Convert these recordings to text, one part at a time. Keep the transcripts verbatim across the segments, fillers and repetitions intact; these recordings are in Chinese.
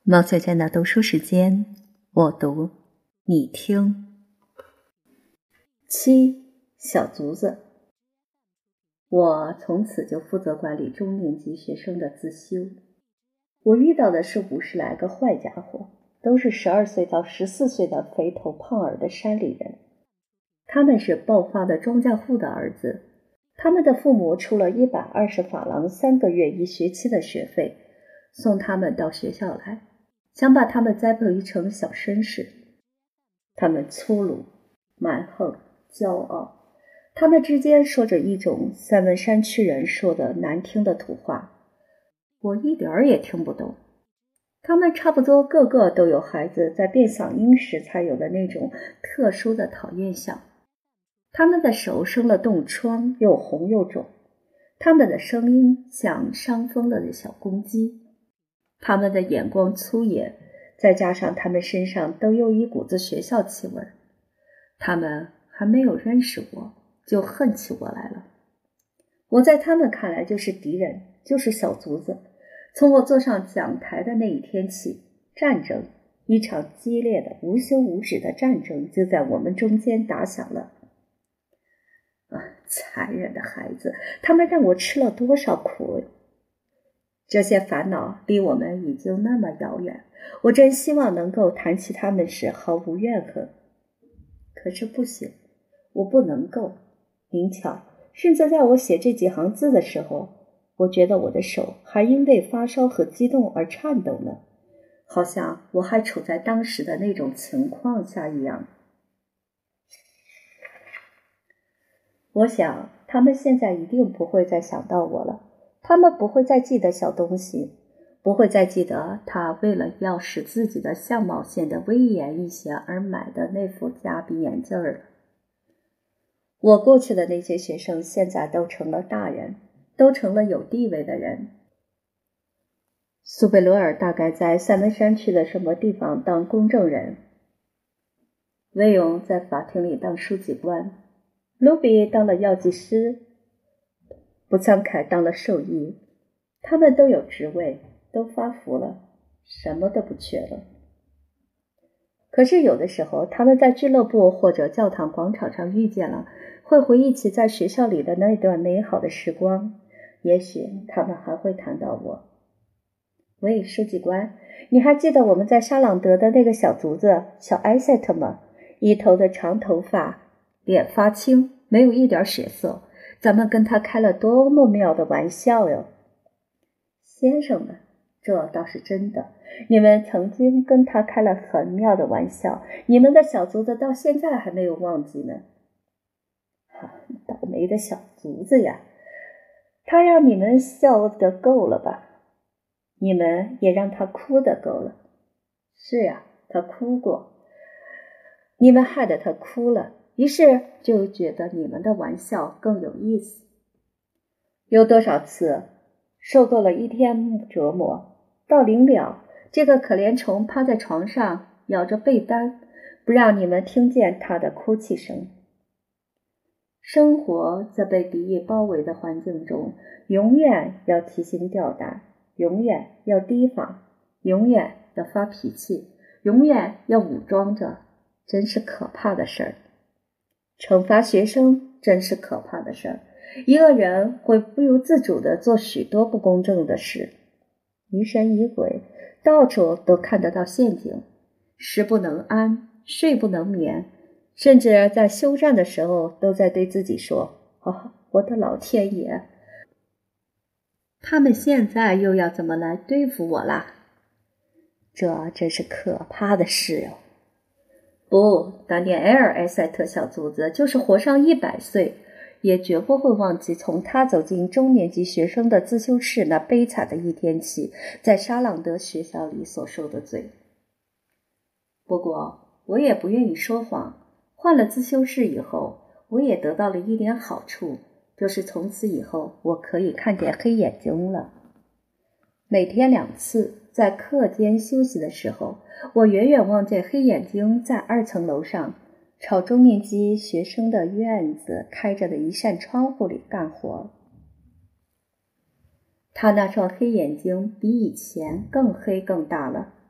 毛小姐的读书时间，我读，你听。七，小卒子。我从此就负责管理中年级学生的自修。我遇到的是五十来个坏家伙，都是十二岁到十四岁的肥头胖耳的山里人。他们是暴发的庄稼户的儿子，他们的父母出了一百二十法郎三个月一学期的学费，送他们到学校来，想把他们栽培成小绅士。他们粗鲁、蛮横、骄傲，他们之间说着一种三文山区人说的难听的土话，我一点儿也听不懂。他们差不多个个都有孩子在变嗓音时才有的那种特殊的讨厌相。他们的手生了冻疮，又红又肿，他们的声音像伤风了的小公鸡，他们的眼光粗野，再加上他们身上都有一股子学校气味，他们还没有认识我就恨起我来了。我在他们看来就是敌人，就是小卒子。从我坐上讲台的那一天起，战争，一场激烈的无休无止的战争就在我们中间打响了。啊，残忍的孩子，他们让我吃了多少苦！这些烦恼离我们已经那么遥远，我真希望能够谈起他们时毫无怨恨。可是不行，我不能够。您瞧，甚至在我写这几行字的时候，我觉得我的手还因为发烧和激动而颤抖呢，好像我还处在当时的那种情况下一样。我想他们现在一定不会再想到我了，他们不会再记得小东西，不会再记得他为了要使自己的相貌显得威严一些而买的那副夹鼻眼镜了。我过去的那些学生现在都成了大人，都成了有地位的人。苏贝罗尔大概在塞门山区的什么地方当公证人，威勇在法庭里当书记官，卢比当了药剂师，布桑凯当了兽医，他们都有职位，都发福了，什么都不缺了。可是有的时候他们在俱乐部或者教堂广场上遇见了，会回忆起在学校里的那段美好的时光，也许他们还会谈到我。喂，书记官，你还记得我们在沙朗德的那个小卒子小埃塞特吗？一头的长头发，脸发青，没有一点血色，咱们跟他开了多么妙的玩笑哟。先生们，这倒是真的，你们曾经跟他开了很妙的玩笑，你们的小卒子到现在还没有忘记呢。啊，倒霉的小卒子呀，他让你们笑得够了吧？你们也让他哭得够了。是呀，他哭过，你们害得他哭了，于是就觉得你们的玩笑更有意思。有多少次受够了一天折磨，到临了，这个可怜虫趴在床上咬着被单，不让你们听见他的哭泣声。生活在被敌意包围的环境中，永远要提心吊胆，永远要提防，永远要发脾气，永远要武装着，真是可怕的事儿。惩罚学生真是可怕的事儿，一个人会不由自主地做许多不公正的事，疑神疑鬼，到处都看得到陷阱，食不能安，睡不能眠，甚至在休战的时候都在对自己说，哦，我的老天爷，他们现在又要怎么来对付我啦？这真是可怕的事哦。不，当年埃尔埃塞特小卒子就是活上一百岁，也绝不会忘记从他走进中年级学生的自修室那悲惨的一天起，在沙朗德学校里所受的罪。不过我也不愿意说谎，换了自修室以后，我也得到了一点好处，就是从此以后我可以看见黑眼睛了。每天两次，在课间休息的时候，我远远望见黑眼睛在二层楼上朝中年级学生的院子开着的一扇窗户里干活。他那双黑眼睛比以前更黑更大了，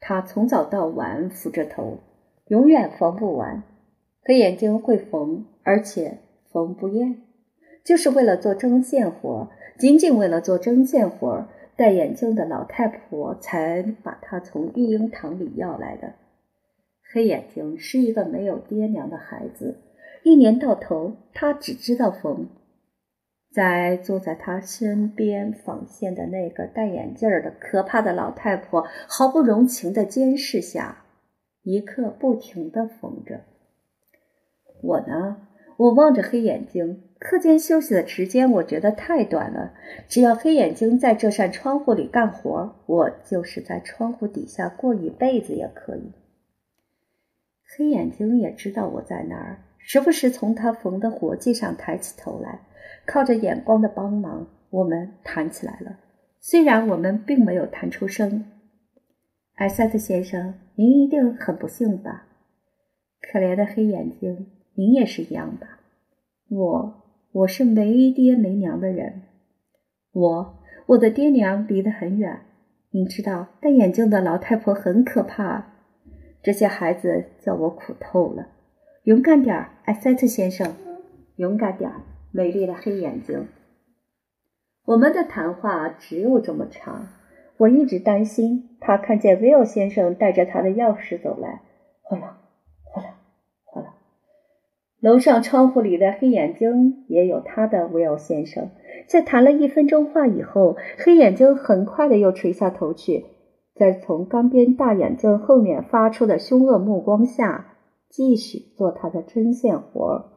他从早到晚扶着头，永远缝不完。黑眼睛会缝，而且缝不厌，就是为了做针线活，仅仅为了做针线活，戴眼镜的老太婆才把他从育婴堂里要来的。黑眼睛是一个没有爹娘的孩子，一年到头他只知道缝。在坐在他身边纺线的那个戴眼镜的可怕的老太婆毫不容情的监视下，一刻不停地缝着。我呢，我望着黑眼睛，课间休息的时间我觉得太短了，只要黑眼睛在这扇窗户里干活，我就是在窗户底下过一辈子也可以。黑眼睛也知道我在那儿，时不时从他缝的活计上抬起头来，靠着眼光的帮忙，我们谈起来了，虽然我们并没有谈出声。艾塞特先生，您一定很不幸吧？可怜的黑眼睛，您也是一样吧？我，我是没爹没娘的人。我，我的爹娘离得很远。您知道，戴眼镜的老太婆很可怕。这些孩子叫我苦透了。勇敢点儿，艾塞特先生，勇敢点儿，美丽的黑眼睛。我们的谈话只有这么长，我一直担心他看见威尔先生带着他的钥匙走来，哗啦哗啦哗啦。楼上窗户里的黑眼睛也有他的威尔先生。在谈了一分钟话以后，黑眼睛很快的又垂下头去，在从钢边大眼睛后面发出的凶恶目光下，继续做他的针线活。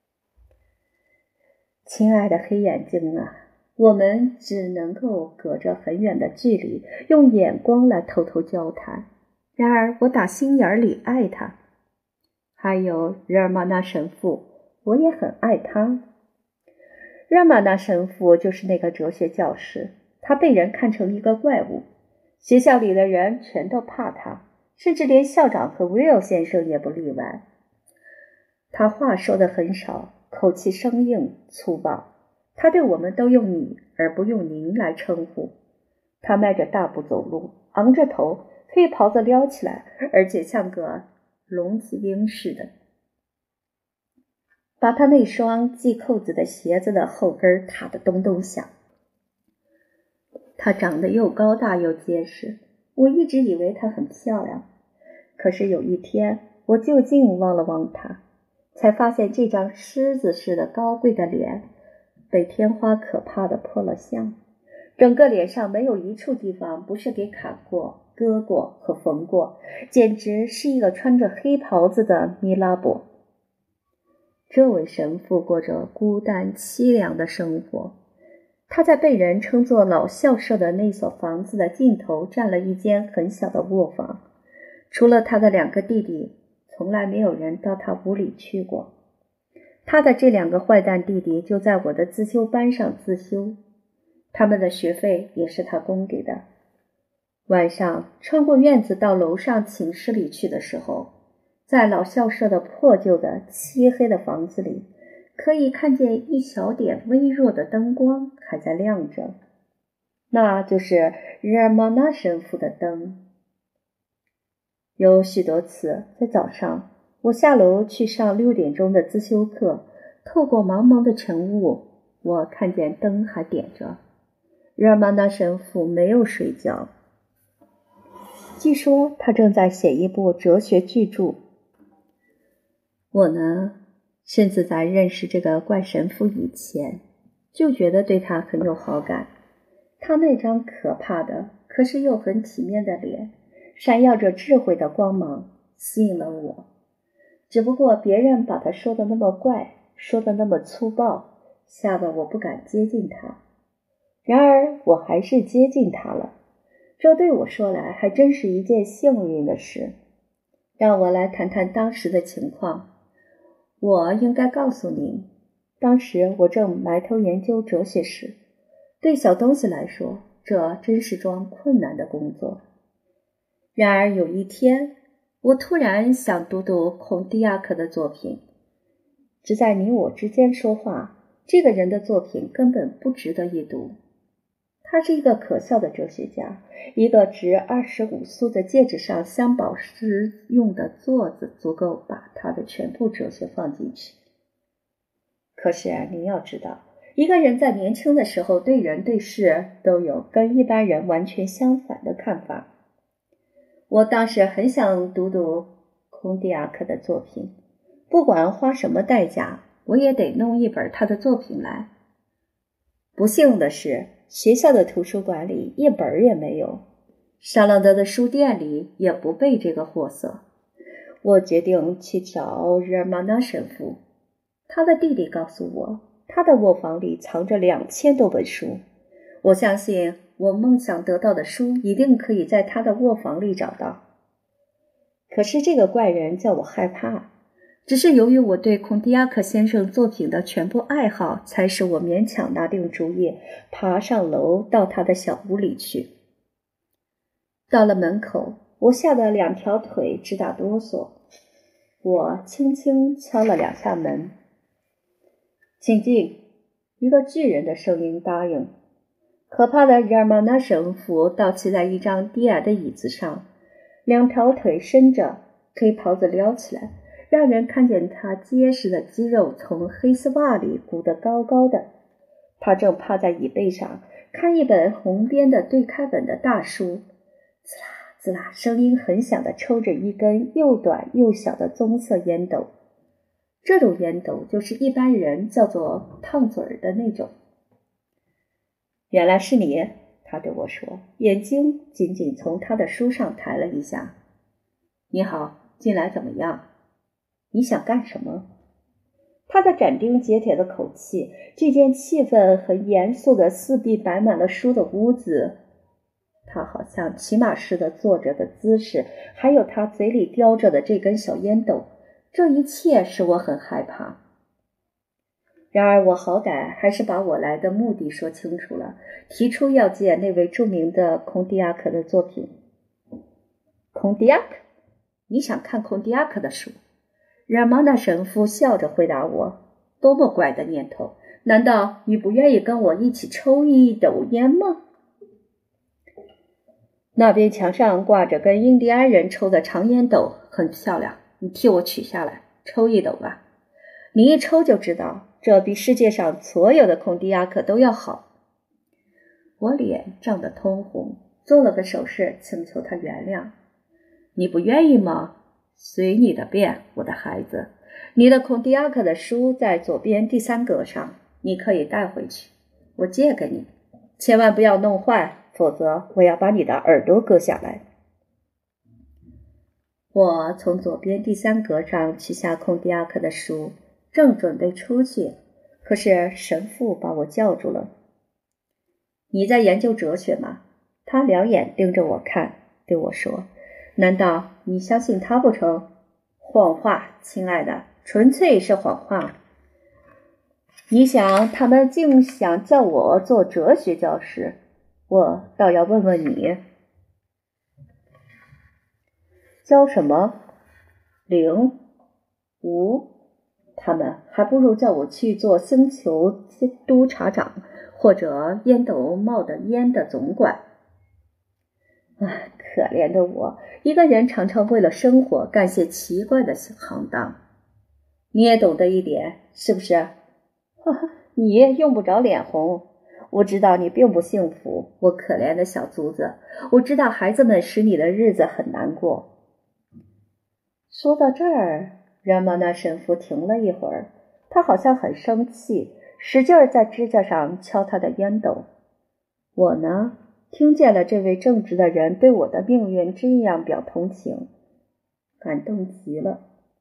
亲爱的黑眼睛啊，我们只能够隔着很远的距离，用眼光来偷偷交谈。然而我打心眼里爱他。还有日尔玛纳神父，我也很爱他。日尔玛纳神父就是那个哲学教师，他被人看成一个怪物，学校里的人全都怕他，甚至连校长和威尔先生也不例外。他话说得很少，口气生硬粗暴，他对我们都用你而不用您来称呼。他迈着大步走路，昂着头，黑袍子撩起来，而且像个聋子鹰似的，把他那双系扣子的鞋子的后跟踏得咚咚响。他长得又高大又结实，我一直以为他很漂亮，可是有一天我就近望了望他，才发现这张狮子似的高贵的脸被天花可怕的破了相，整个脸上没有一处地方不是给砍过、割过和缝过，简直是一个穿着黑袍子的米拉伯。这位神父过着孤单凄凉的生活，他在被人称作老校舍的那所房子的尽头占了一间很小的卧房，除了他的两个弟弟，从来没有人到他屋里去过。他的这两个坏蛋弟弟就在我的自修班上自修，他们的学费也是他供给的。晚上穿过院子到楼上寝室里去的时候，在老校舍的破旧的漆黑的房子里，可以看见一小点微弱的灯光还在亮着，那就是日尔玛纳神父的灯。有许多次在早上，我下楼去上六点钟的自修课，透过茫茫的晨雾，我看见灯还点着。日尔玛纳神父没有睡觉，据说他正在写一部哲学巨著。我呢，甚至在认识这个怪神父以前，就觉得对他很有好感。他那张可怕的，可是又很体面的脸，闪耀着智慧的光芒，吸引了我。只不过别人把他说的那么怪，说的那么粗暴，吓得我不敢接近他。然而我还是接近他了，这对我说来还真是一件幸运的事。让我来谈谈当时的情况。我应该告诉您，当时我正埋头研究哲学史，对小东西来说，这真是桩困难的工作。然而有一天，我突然想读读孔蒂亚克的作品。只在你我之间说话，这个人的作品根本不值得一读。 他是一个可笑的哲学家，一个值二十五苏的戒指上镶宝石用的座子足够把他的全部哲学放进去。可是啊，你要知道，一个人在年轻的时候对人对事都有跟一般人完全相反的看法。我当时很想读读孔迪亚克的作品，不管花什么代价，我也得弄一本他的作品来。不幸的是，学校的图书馆里一本也没有，沙朗德的书店里也不备这个货色。我决定去找日尔玛纳神父。他的弟弟告诉我，他的卧房里藏着两千多本书。我相信我梦想得到的书一定可以在他的卧房里找到。可是这个怪人叫我害怕，只是由于我对孔迪亚克先生作品的全部爱好，才使我勉强拿定主意，爬上楼到他的小屋里去。到了门口，我吓得两条腿直打哆嗦。我轻轻敲了两下门。请进，一个巨人的声音答应。可怕的日尔玛纳神父倒骑在一张低矮的椅子上，两条腿伸着，黑袍子撩起来，让人看见他结实的肌肉从黑丝袜里鼓得高高的。他正趴在椅背上，看一本红边的对开本的大书，滋啦滋啦，声音很响地抽着一根又短又小的棕色烟斗。这种烟斗就是一般人叫做烫嘴儿的那种。原来是你，他对我说，眼睛仅仅从他的书上抬了一下。你好，进来怎么样？你想干什么？他的斩钉截铁的口气，这间气氛很严肃的四壁摆满了书的屋子，他好像骑马似的坐着的姿势，还有他嘴里叼着的这根小烟斗，这一切使我很害怕。然而我好歹还是把我来的目的说清楚了，提出要见那位著名的孔迪亚克的作品。孔迪亚克？你想看孔迪亚克的书？日尔玛纳神父笑着回答我，多么怪的念头，难道你不愿意跟我一起抽一斗烟吗？那边墙上挂着跟印第安人抽的长烟斗，很漂亮，你替我取下来，抽一斗吧。你一抽就知道，这比世界上所有的孔迪亚克都要好。我脸涨得通红，做了个手势，请求他原谅。你不愿意吗？随你的便，我的孩子。你的孔迪亚克的书在左边第三格上，你可以带回去，我借给你，千万不要弄坏，否则我要把你的耳朵割下来。我从左边第三格上取下孔迪亚克的书，正准备出去，可是神父把我叫住了。你在研究哲学吗？他两眼盯着我看，对我说，难道你相信他不成？谎话，亲爱的，纯粹是谎话。你想他们竟想叫我做哲学教师，我倒要问问你，教什么？零？无？他们还不如叫我去做星球督察长，或者烟斗冒的烟的总管。唉，可怜的我，一个人常常为了生活干些奇怪的行当。你也懂得一点，是不是？哈哈，你用不着脸红。我知道你并不幸福，我可怜的小卒子。我知道孩子们使你的日子很难过。说到这儿，然玛那神父停了一会儿，他好像很生气，使劲在指甲上敲他的烟斗。我呢，听见了这位正直的人对我的命运这样表同情，感动极了。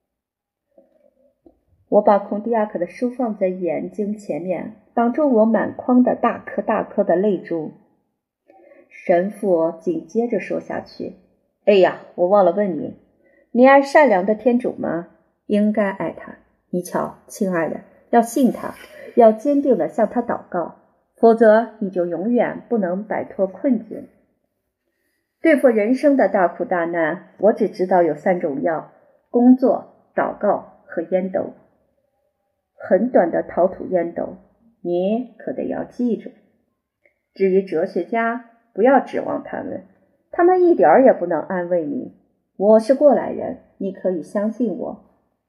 我把孔迪亚克的书放在眼睛前面，挡住我满眶的大颗大颗的泪珠。神父紧接着说下去，哎呀，我忘了问你，你爱善良的天主吗？应该爱他。你瞧，亲爱的，要信他，要坚定地向他祷告，否则你就永远不能摆脱困境。对付人生的大苦大难，我只知道有三种药：工作、祷告和烟斗。很短的陶土烟斗，你可得要记住。 至于哲学家，不要指望他们，他们一点儿也不能安慰你。我是过来人，你可以相信我。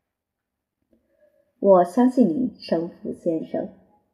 我相信你，神父先生。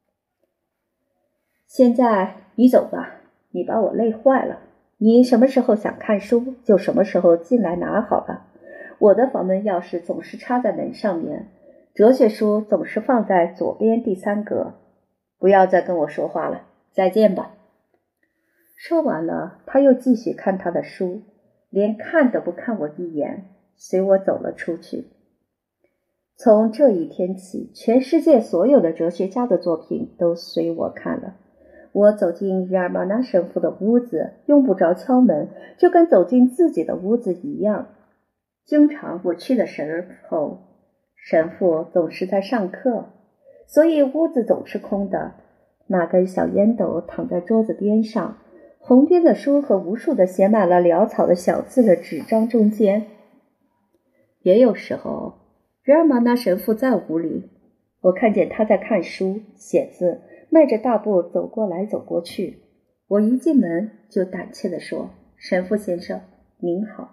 现在你走吧，你把我累坏了。你什么时候想看书，就什么时候进来拿好了。我的房门钥匙总是插在门上面，哲学书总是放在左边第三格。不要再跟我说话了，再见吧。说完了，他又继续看他的书，连看都不看我一眼，随我走了出去。从这一天起，全世界所有的哲学家的作品都随我看了。我走进日尔玛纳神父的屋子，用不着敲门，就跟走进自己的屋子一样。经常我去的时候，神父总是在上课，所以屋子总是空的。那根小烟斗躺在桌子边上，红边的书和无数的写满了潦草的小字的纸张中间。也有时候日尔玛纳神父在屋里，我看见他在看书写字，迈着大步走过来走过去。我一进门就胆怯地说：神父先生您好。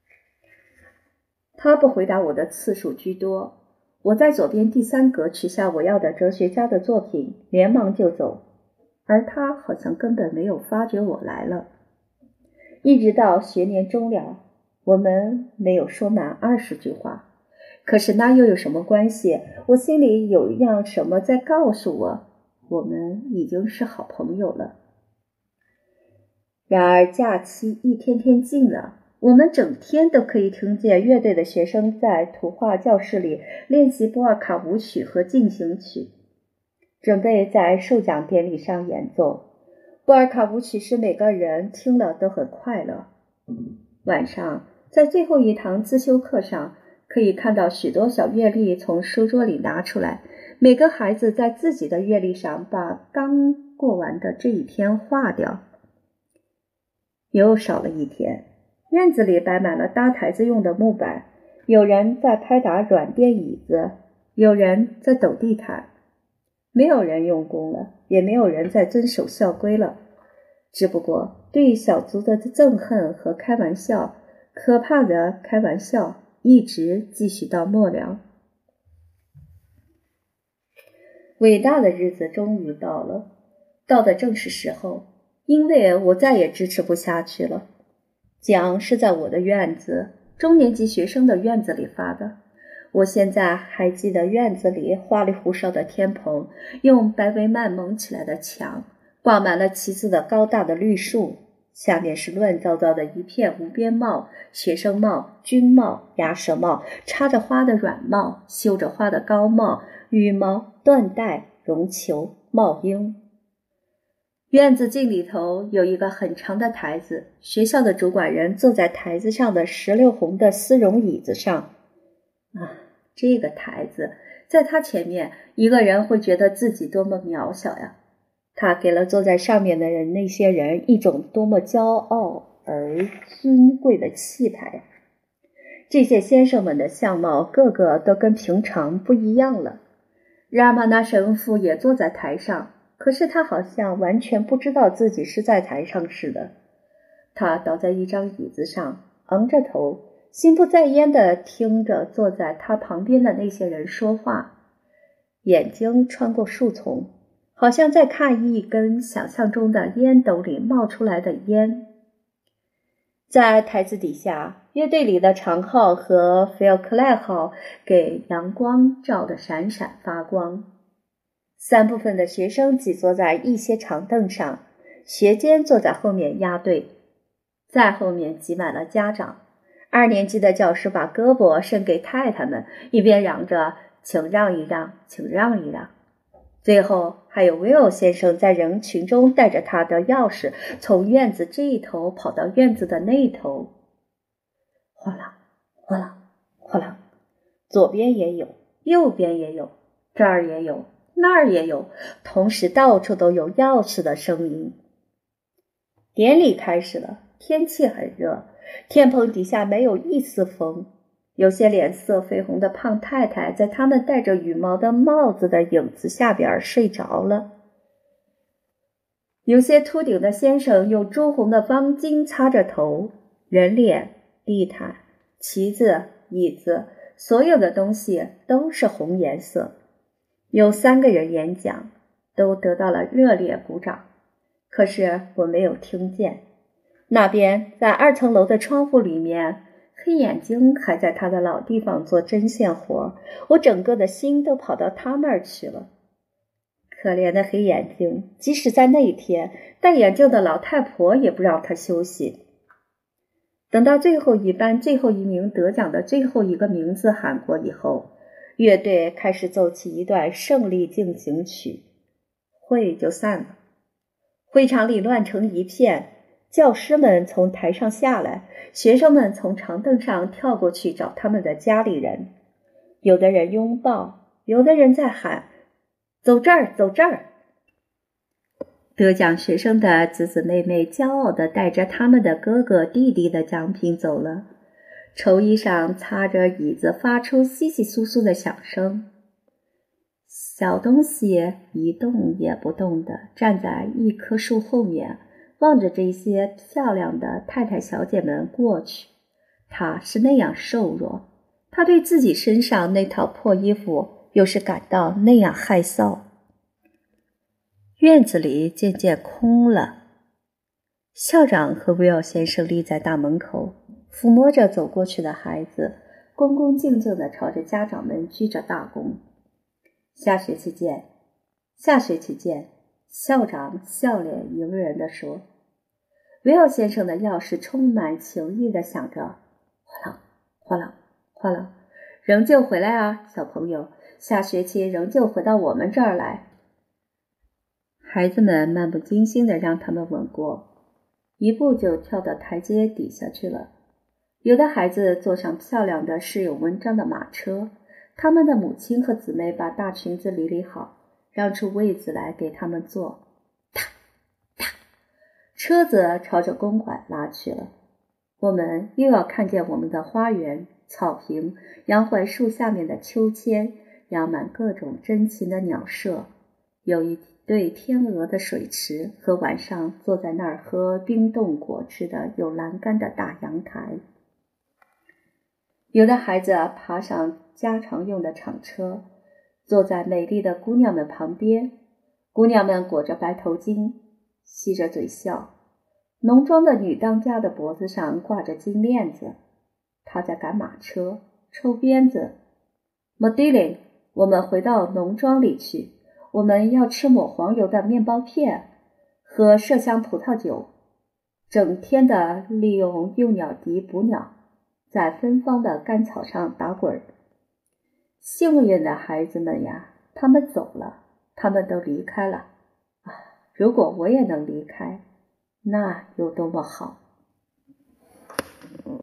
他不回答我的次数居多。我在左边第三格取下我要的哲学家的作品，连忙就走，而他好像根本没有发觉我来了。一直到学年终了，我们没有说满二十句话。可是那又有什么关系？我心里有一样什么在告诉我，我们已经是好朋友了。然而假期一天天近了，我们整天都可以听见乐队的学生在图画教室里练习波尔卡舞曲和进行曲，准备在授奖典礼上演奏。波尔卡舞曲使每个人听了都很快乐。晚上在最后一堂自修课上，可以看到许多小乐历从书桌里拿出来，每个孩子在自己的乐历上把刚过完的这一天划掉。又少了一天，院子里摆满了搭台子用的木板，有人在拍打软垫椅子，有人在抖地毯。没有人用功了，也没有人在遵守校规了，只不过对小卒的憎恨和开玩笑，可怕的开玩笑一直继续到末了。伟大的日子终于到了，到的正是时候，因为我再也支持不下去了。奖是在我的院子，中年级学生的院子里发的。我现在还记得院子里花里胡哨的天棚，用白帷幔蒙起来的墙，挂满了旗子的高大的绿树，下面是乱糟糟的一片无边帽、学生帽、军帽、鸭舌帽、插着花的软帽、绣着花的高帽、羽毛、缎带、绒球、帽缨。院子镜里头有一个很长的台子，学校的主管人坐在台子上的石榴红的丝绒椅子上。啊，这个台子，在他前面，一个人会觉得自己多么渺小呀！他给了坐在上面的人那些人一种多么骄傲而尊贵的气派呀！这些先生们的相貌个个都跟平常不一样了。拉玛那神父也坐在台上，可是他好像完全不知道自己是在台上似的。他倒在一张椅子上，昂着头，心不在焉地听着坐在他旁边的那些人说话，眼睛穿过树丛，好像在看一根想象中的烟斗里冒出来的烟。在台子底下，乐队里的长号和菲尔克莱号给阳光照得闪闪发光。三部分的学生挤坐在一些长凳上，学监坐在后面压队，在后面挤满了家长。二年级的教师把胳膊伸给太太们，一边嚷着请让一让，请让一让。最后还有威尔先生在人群中带着他的钥匙，从院子这一头跑到院子的那一头。哗啦哗啦哗啦，左边也有，右边也有，这儿也有，那儿也有，同时到处都有钥匙的声音。典礼开始了，天气很热，天棚底下没有一丝风，有些脸色绯红的胖太太在他们戴着羽毛的帽子的影子下边睡着了。 有些秃顶的先生用朱红的方巾擦着头，人脸、地毯、旗子、椅子，所有的东西都是红颜色。有三个人演讲，都得到了热烈鼓掌，可是我没有听见。那边在二层楼的窗户里面，黑眼睛还在他的老地方做针线活，我整个的心都跑到他那儿去了。可怜的黑眼睛，即使在那一天，戴眼镜的老太婆也不让他休息。等到最后一班最后一名得奖的最后一个名字喊过以后，乐队开始奏起一段胜利进行曲，会就散了。会场里乱成一片，教师们从台上下来，学生们从长凳上跳过去找他们的家里人，有的人拥抱，有的人在喊走这儿走这儿。得奖学生的姊姊妹妹骄傲地带着他们的哥哥弟弟的奖品走了，绸衣上擦着椅子发出窸窸窣窣的响声。小东西一动也不动地站在一棵树后面，望着这些漂亮的太太小姐们过去。他是那样瘦弱，他对自己身上那套破衣服又是感到那样害臊。院子里渐渐空了，校长和威尔先生立在大门口，抚摸着走过去的孩子，恭恭敬敬地朝着家长们鞠着大躬。下学期见，下学期见，校长笑脸迎人地说。威尔先生的钥匙充满情意地想着，哗啦哗啦哗啦，仍旧回来啊，小朋友，下学期仍旧回到我们这儿来。孩子们漫不经心地让他们吻过，一步就跳到台阶底下去了。有的孩子坐上漂亮的饰有文章的马车，他们的母亲和姊妹把大裙子理理好，让出位子来给他们坐。踏踏，车子朝着公馆拉去了。我们又要看见我们的花园、草坪、杨槐树下面的秋千，养满各种珍禽的鸟舍，有一对天鹅的水池和晚上坐在那儿喝冰冻果汁的有栏杆的大阳台。有的孩子爬上家常用的厂车，坐在美丽的姑娘们旁边，姑娘们裹着白头巾，吸着嘴笑。浓妆的女当家的脖子上挂着金链子，她在赶马车，抽鞭子。莫迪林，我们回到农庄里去，我们要吃抹黄油的面包片，喝麝香葡萄酒，整天的利用幼鸟笛捕鸟，在芬芳的干草上打滚。幸运的孩子们呀，他们走了，他们都离开了。啊，如果我也能离开，那有多么好。